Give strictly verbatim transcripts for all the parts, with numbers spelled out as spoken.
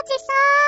さ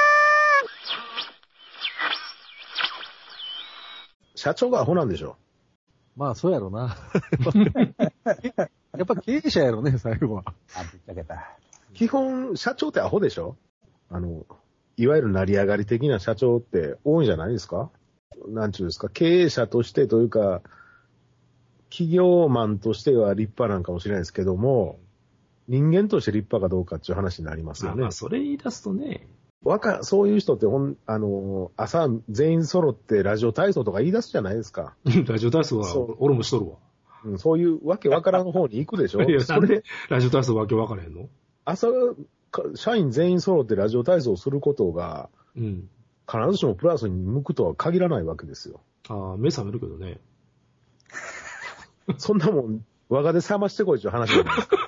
ん。社長がアホなんでしょ。 まあ、そうやろな。やっぱ経営者やろね、最後は。 あ、ぶっちゃけた。 基本、社長ってアホでしょ。あの、いわゆる成り上がり的な社長って多いんじゃないですか。なんちゅうんですか、経営者としてというか、企業マンとしては立派なんかもしれないですけども、人間として立派かどうかっていう話になりますよね。 まあ、それ言い出すとね。 わか、そういう人ってほん、あの、朝全員揃ってラジオ体操とか言い出すじゃないですか。 ラジオ体操は俺もしとるわ。 うん、そういうわけわからん方に行くでしょ。 いや、 それでラジオ体操わけわからへんの？ 朝、社員全員揃ってラジオ体操をすることが、 うん。 必ずしもプラスに向くとは限らないわけですよ。 ああ、目覚めるけどね。 そんなもん、我がで冷ましてこいっていう話じゃないですか。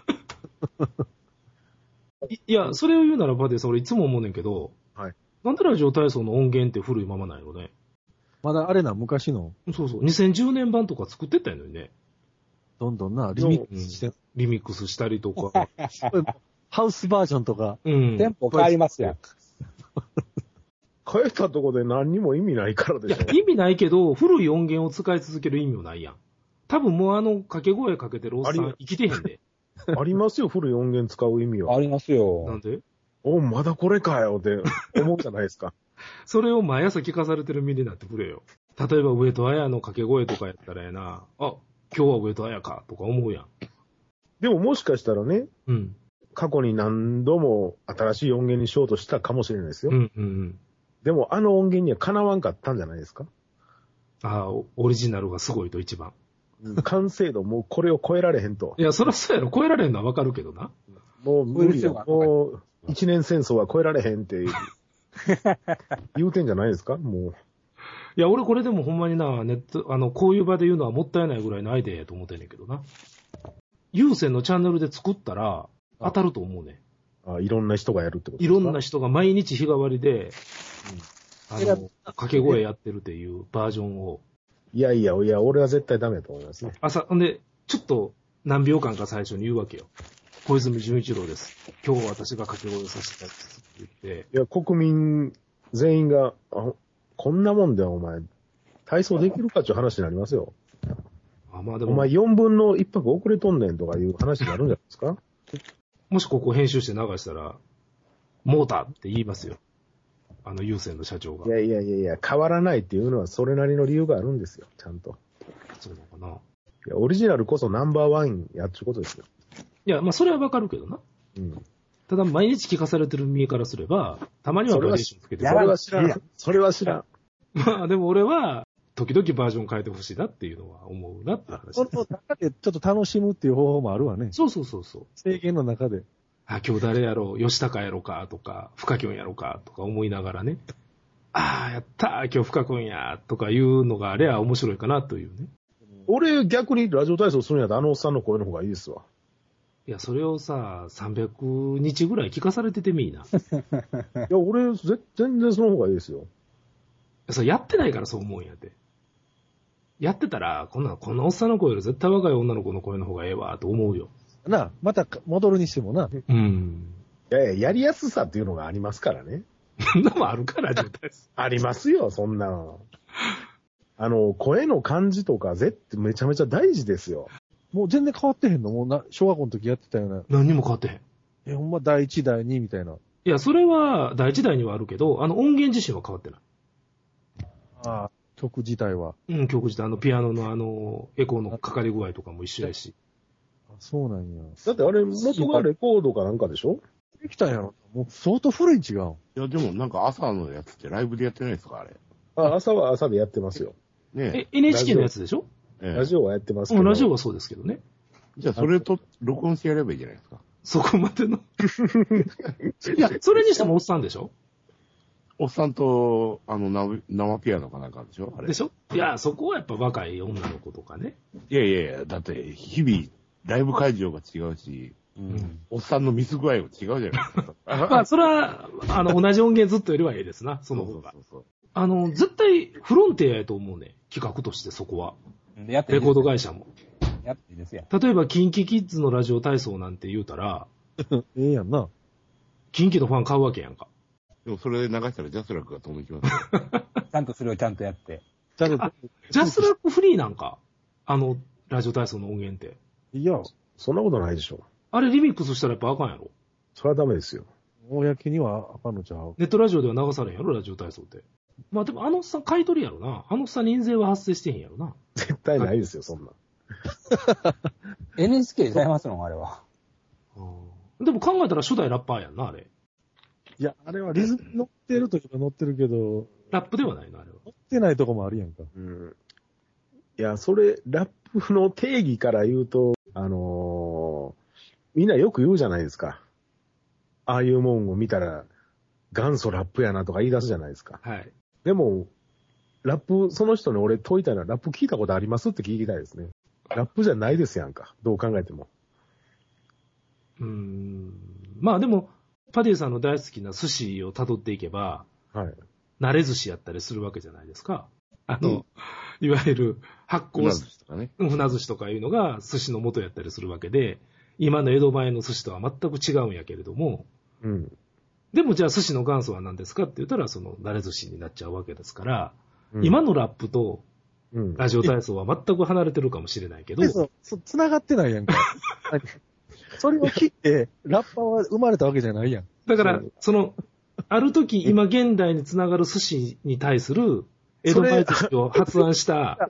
い, いや、それを言うならばで、それいつも思うねんけど、 はい。 なんでラジオ体操の音源って古いままないのね。 まだあれな、昔の。 そうそう。にせんじゅうねん版とか作ってったのにね。 どんどんな、リミックスして。 リミックスしたりとか。 ハウスバージョンとか。 うん。 テンポ変わりますやん。 変えたとこで何にも意味ないからでしょ。 いや、意味ないけど、古い音源を使い続ける意味もないやん。多分もうあの掛け声かけてるおっさん生きてへんで。 ありますよ、古い音源使う意味は。 ありますよ。 なんで？ お、まだこれかよって思うじゃないですか。 それを毎朝聞かされてる身になってくれよ。例えば上戸彩の掛け声とかやったらやな、あ、今日は上戸彩かとか思うやん。 でももしかしたらね、 うん。 過去に何度も新しい音源にしようとしたかもしれないですよ。 うんうんうん。 でもあの音源にはかなわんかったんじゃないですか。 ああ、オリジナルがすごいと一番。 完成度もうこれを超えられへんと。 いや、そらそうやろ。超えられんのはわかるけどな。 もう無理や。もう一年戦争は超えられへんって言うてんじゃないですかもう。 いや、俺これでもほんまにな、ネット、あの、こういう場で言うのはもったいないぐらいのアイデアやと思ってんねんけどな。有線のチャンネルで作ったら当たると思うねん。あ、いろんな人がやるってことですいか？ ろんな人が毎日日替わりで、うん、あの、掛け声やってるっていうバージョンを。 いやいや、いや、俺は絶対ダメだと思いますね。 朝、ほんで、ちょっと何秒間か最初に言うわけよ。小泉純一郎です。今日私が掛け声をさせていただきますって言って。 いや、国民全員が、あ、こんなもんでお前、体操できるかっていう話になりますよ。 あ、まあでも。 お前よんぶんのいっぱく遅れとんねんとかいう話になるんじゃないですか？ もしここ編集して流したら、モーターって言いますよ。あの有線の社長が。 いやいやいやいや、変わらないっていうのはそれなりの理由があるんですよ、ちゃんと。 そうなのかな。 いや、オリジナルこそナンバーワンやっちゅうことですよ。 いや、まあそれはわかるけどな。 うん。 ただ毎日聞かされてる身からすれば、たまにはバリエーションつけてそれは知らん。それは知らん。 まあでも俺は、時々バージョン変えてほしいなっていうのは思うなって話。 その中でちょっと楽しむっていう方法もあるわね。 そうそうそうそう。 制限の中で。 あ、今日誰やろう、吉高やろうかとか、深きょんやろうかとか思いながらね。ああ、やったー、今日深くんやとかいうのがあれば面白いかなというね。俺逆にラジオ体操するんやったらあのおっさんの声の方がいいですわ。 いや、それをさ、さんびゃくにちぐらい聞かされててみいな。いや、俺、ぜ全然その方がいいですよ。 そう、やってないからそう思うんやって。やってたら、こんな、このおっさんの声より絶対若い女の子の声の方がええわ、と思うよ。 なあ、また戻るにしてもな。 うん。 いやいや、やりやすさっていうのがありますからね。 そんなもあるから、絶対。 ありますよ、そんな。あの、声の感じとか、ぜってめちゃめちゃ大事ですよ。 もう全然変わってへんのもうな、小学校の時やってたような。 何にも変わってへん。 え、ほんま第一、第二みたいな。 いや、それは第一代にはあるけど、あの音源自身は変わってない。 ああ、曲自体は。 うん、曲自体、あのピアノのあの、エコーのかかり具合とかも一緒やし。 あ、そうなんや。 だってあれ、元がレコードかなんかでしょ？ できたんやろ。もう相当古いん違う。 いや、でもなんか朝のやつってライブでやってないですか、あれ。 あ、朝は朝でやってますよ。 ねえ、エヌエイチケー のやつでしょ？ ええ、 ラジオはやってますけど。 うん、ラジオはそうですけどね。 じゃあそれと録音してやればいいじゃないですか。 そこまでの。いや、それにしてもおっさんでしょ？ おっさんと、あの、生生ピアノかなんかでしょあれ。 でしょ？いや、そこはやっぱ若い女の子とかね。 いやいやいや、だって日々、ライブ会場が違うし、うん、おっさんのミス具合も違うじゃないですか。 まあ、それは、あの、同じ音源ずっとよりはええですな、その方が。そうそうそう、あの、絶対、フロンティアやと思うね。企画としてそこは。 やってレコード会社も。 やっていいですよ。 例えば、キンキキッズのラジオ体操なんて言うたら、 ええやんな。 キンキのファン買うわけやんか。 でもそれで流したらジャスラックが飛んできますよ。 ちゃんとそれをちゃんとやって。 ちゃんとあ、ジャスラックフリーなんかあの、ラジオ体操の音源って。 いや、 そんなことないでしょ。 あれリミックスしたらやっぱあかんやろ。 それはダメですよ。 公にはあかんのちゃう。 ネットラジオでは流されんやろ、ラジオ体操って。まあでもあのおっさん買い取りやろな。あのおっさんに印税は発生してへんやろな。 絶対ないですよ、そんな。 エヌエイチケー ちゃいますのあれは。 でも考えたら初代ラッパーやんな、あれ。 いや、あれはリズム乗ってるときは乗ってるけど、 ラップではないな、あれは。 乗ってないとこもあるやんか。 うん。いや、それ、ラップの定義から言うと、あのー、みんなよく言うじゃないですか。ああいうもんを見たら、元祖ラップやなとか言い出すじゃないですか。 はい。 でも、ラップ、その人に俺問いたいのは、ラップ聞いたことありますって聞きたいですね。ラップじゃないですやんか。どう考えても。 うーん。まあでも、パディさんの大好きな寿司を辿っていけば、 はい。 慣れ寿司やったりするわけじゃないですか。あの、 うんいわゆる発酵船寿司とかね。 船寿司とかいうのが寿司の元やったりするわけで、今の江戸前の寿司とは全く違うんやけれども、 うん。 でもじゃあ寿司の元祖は何ですかって言ったら、その慣れ寿司になっちゃうわけですから、 うん、 今のラップとうん、 ラジオ体操は全く離れてるかもしれないけど、 そう、そ繋がってないやんか。それを切って、ラッパーは生まれたわけじゃないやん。 だから、その、ある時、今現代につながる寿司に対する江戸前寿司を発案した、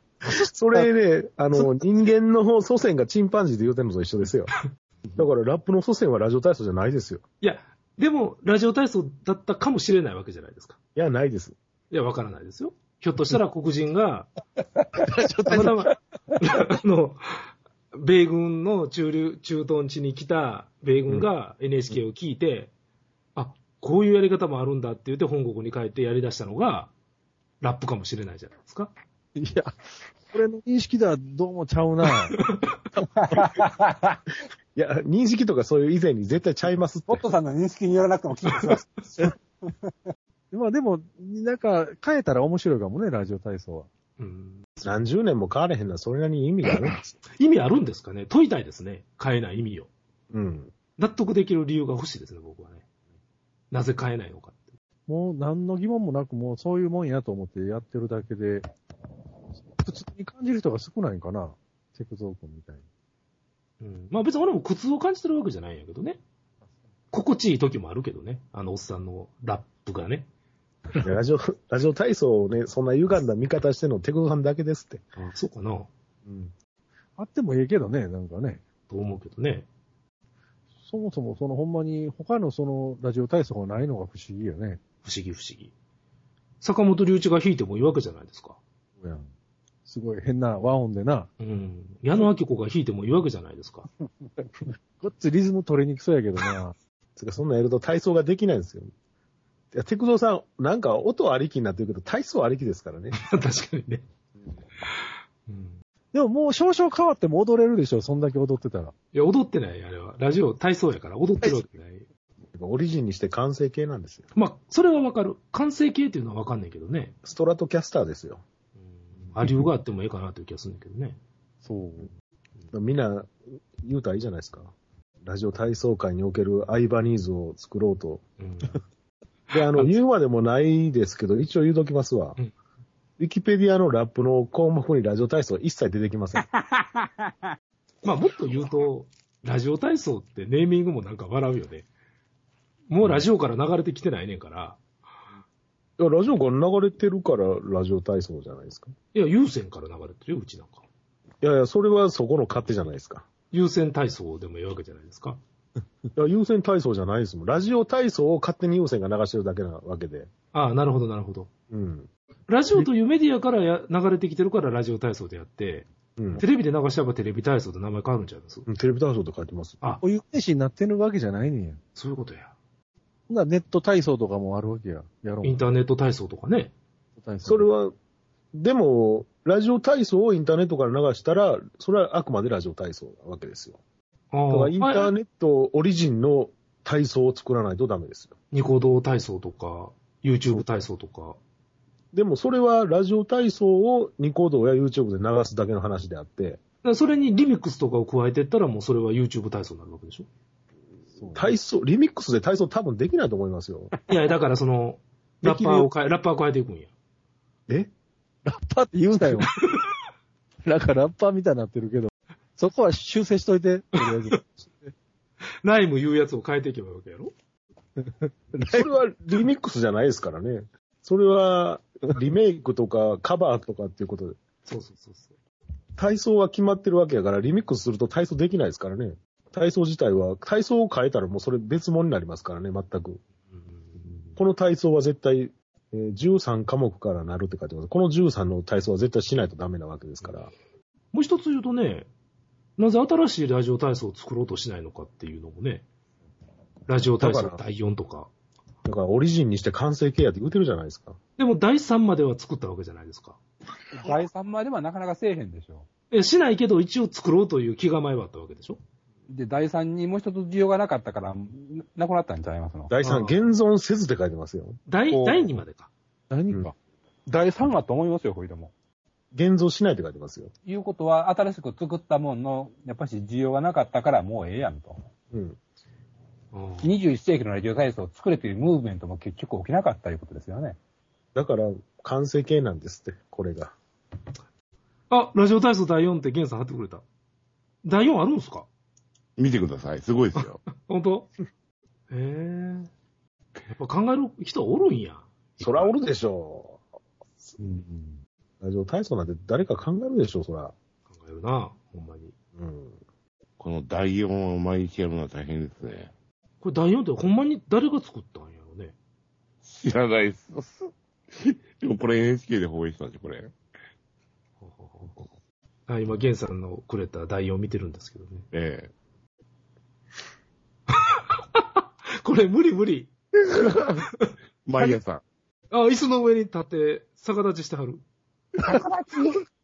それね、あの、人間の祖先がチンパンジーで言うてるのと一緒ですよ。だからラップの祖先はラジオ体操じゃないですよ。 いや、でも、ラジオ体操だったかもしれないわけじゃないですか。 いや、ないです。 いや、わからないですよ。ひょっとしたら黒人が、たまたま、あの、米軍の駐留、駐屯地に来た米軍が エヌエイチケー を聞いて、うん、あ、こういうやり方もあるんだって言って本国に帰ってやり出したのが、ラップかもしれないじゃないですか。 いや、これの認識ではどうもちゃうな。 いや、認識とかそういう以前に絶対ちゃいますって。 ポットさんの認識によらなくても聞きます。 まあでも、なんか変えたら面白いかもね、ラジオ体操は。 うん、 何十年も変われへんのはそれなりに意味があるんです。 意味あるんですかね。問いたいですね。変えない意味を。 うん。 納得できる理由が欲しいですね、僕はね。なぜ変えないのかって。 もう何の疑問もなく、もうそういうもんやと思ってやってるだけで、普通に感じる人が少ないんかな。セクゾー君みたいに。 うん。まあ別に俺も苦痛を感じてるわけじゃないんやけどね。心地いい時もあるけどね。あのおっさんのラップがね。 ラジオ、ラジオ体操をね、そんな歪んだ見方してるのテクノさんだけですって。 あ、そうかな。 うん。あってもええけどね、なんかね。 と思うけどね。 そもそもそのほんまに他のそのラジオ体操がないのが不思議よね。 不思議不思議。坂本龍一が弾いてもいいわけじゃないですか。 そうやん。すごい変な和音でな。 うん。矢野明子が弾いてもいいわけじゃないですか。 ごっつリズム取りにくそうやけどな。 つかそんなんやると体操ができないんですよ。いや、テクノさん、なんか音ありきになってるけど、体操ありきですからね。 確かにね。うん。 でももう少々変わっても踊れるでしょ、そんだけ踊ってたら。 いや、踊ってない、あれは。ラジオ、体操やから踊ってるわけない。 オリジンにして完成形なんですよ。 まあ、それはわかる。完成形っていうのはわかんないけどね。 ストラトキャスターですよ。 アリューがあってもいいかなという気がするんだけどね。 そう。 みんな言うたらいいじゃないですか。ラジオ体操界におけるアイバニーズを作ろうと。うん、で、あの、言うまでもないですけど、一応言うときますわ。うん、ウィキペディアのラップの項目にラジオ体操一切出てきません。 まあ、もっと言うと、ラジオ体操ってネーミングもなんか笑うよね。もうラジオから流れてきてないねんから。 いや、ラジオから流れてるからラジオ体操じゃないですか。 いや、有線から流れてるよ、うちなんか。 いやいや、それはそこの勝手じゃないですか。 有線体操でもいいわけじゃないですか。 いや、有線体操じゃないですもん。ラジオ体操を勝手に有線が流してるだけなわけで。 ああ、なるほど、なるほど。 うん。 ラジオというメディアからや流れてきてるからラジオ体操であって、うん、テレビで流しちゃえばテレビ体操で名前変わるんちゃいます？ テレビ体操って書いてます。 あ、お湯飯になってるわけじゃないねんや。 そういうことや。 ネット体操とかもあるわけや。やろう。 インターネット体操とかね。 それは、でも、ラジオ体操をインターネットから流したら、それはあくまでラジオ体操なわけですよ。だからインターネットオリジンの体操を作らないとダメですよ。 ニコ動体操とか、YouTube 体操とか。 でもそれはラジオ体操をニコ動や YouTube で流すだけの話であって。 それにリミックスとかを加えていったらもうそれは YouTube 体操になるわけでしょ？ 体操、リミックスで体操多分できないと思いますよ。 いや、だからその、ラッパーを変え、ラッパーを変えていくんや。 えラッパーって言うなよ。なんかラッパーみたいになってるけど、そこは修正しといて、とりあえず。 ライム言うやつを変えていけばいいわけやろ？ それはリミックスじゃないですからね。それはリメイクとかカバーとかっていうことで。 そうそうそうそう。 体操は決まってるわけやから、リミックスすると体操できないですからね。体操自体は、体操を変えたらもうそれ別物になりますからね、全く。この体操は絶対、えー、じゅうさん科目からなるって書いてます。このじゅうさんの体操は絶対しないとダメなわけですから。 もう一つ言うとね、なぜ新しいラジオ体操を作ろうとしないのかっていうのもね、ラジオ体操だいよんとか。 だからオリジンにして完成形やって言ってるじゃないですか。 でもだいさんまでは作ったわけじゃないですか。 だいさんまではなかなかせえへんでしょ。 え、しないけど一応作ろうという気構えはあったわけでしょ。 で、だいさんにもう一つ需要がなかったから、なくなったんちゃいますの。 だいさん、現存せずって書いてますよ。 だい、だいにまでか。 何か。 だいさんはと思いますよ、これでも。 現像しないって書いてますよ。 いうことは、新しく作ったもんの、やっぱし需要がなかったからもうええやんと。 うん。 にじゅういっ世紀のラジオ体操を作れというムーブメントも結局起きなかったということですよね。 だから、完成形なんですって、これが。 あ、ラジオ体操だいよんってゲンさん貼ってくれた。だいよんあるんですか？ 見てください。すごいですよ。 本当？へえ。やっぱ考える人おるんや。 そらおるでしょうんうん。 う。ラジオ体操なんて誰か考えるでしょう、そら。 考えるな、ほんまに。 うん。 このだいよんを毎日やるのは大変ですね。 これだいよんってほんまに誰が作ったんやろね。 知らないです。でもこれ エヌエイチケー で放映したんでしょ、これ。 あ、今、ゲンさんのくれただいよん見てるんですけどね。 ええ。 これ無理無理。 毎朝。 あ、椅子の上に立って逆立ちしてはる。 逆立ち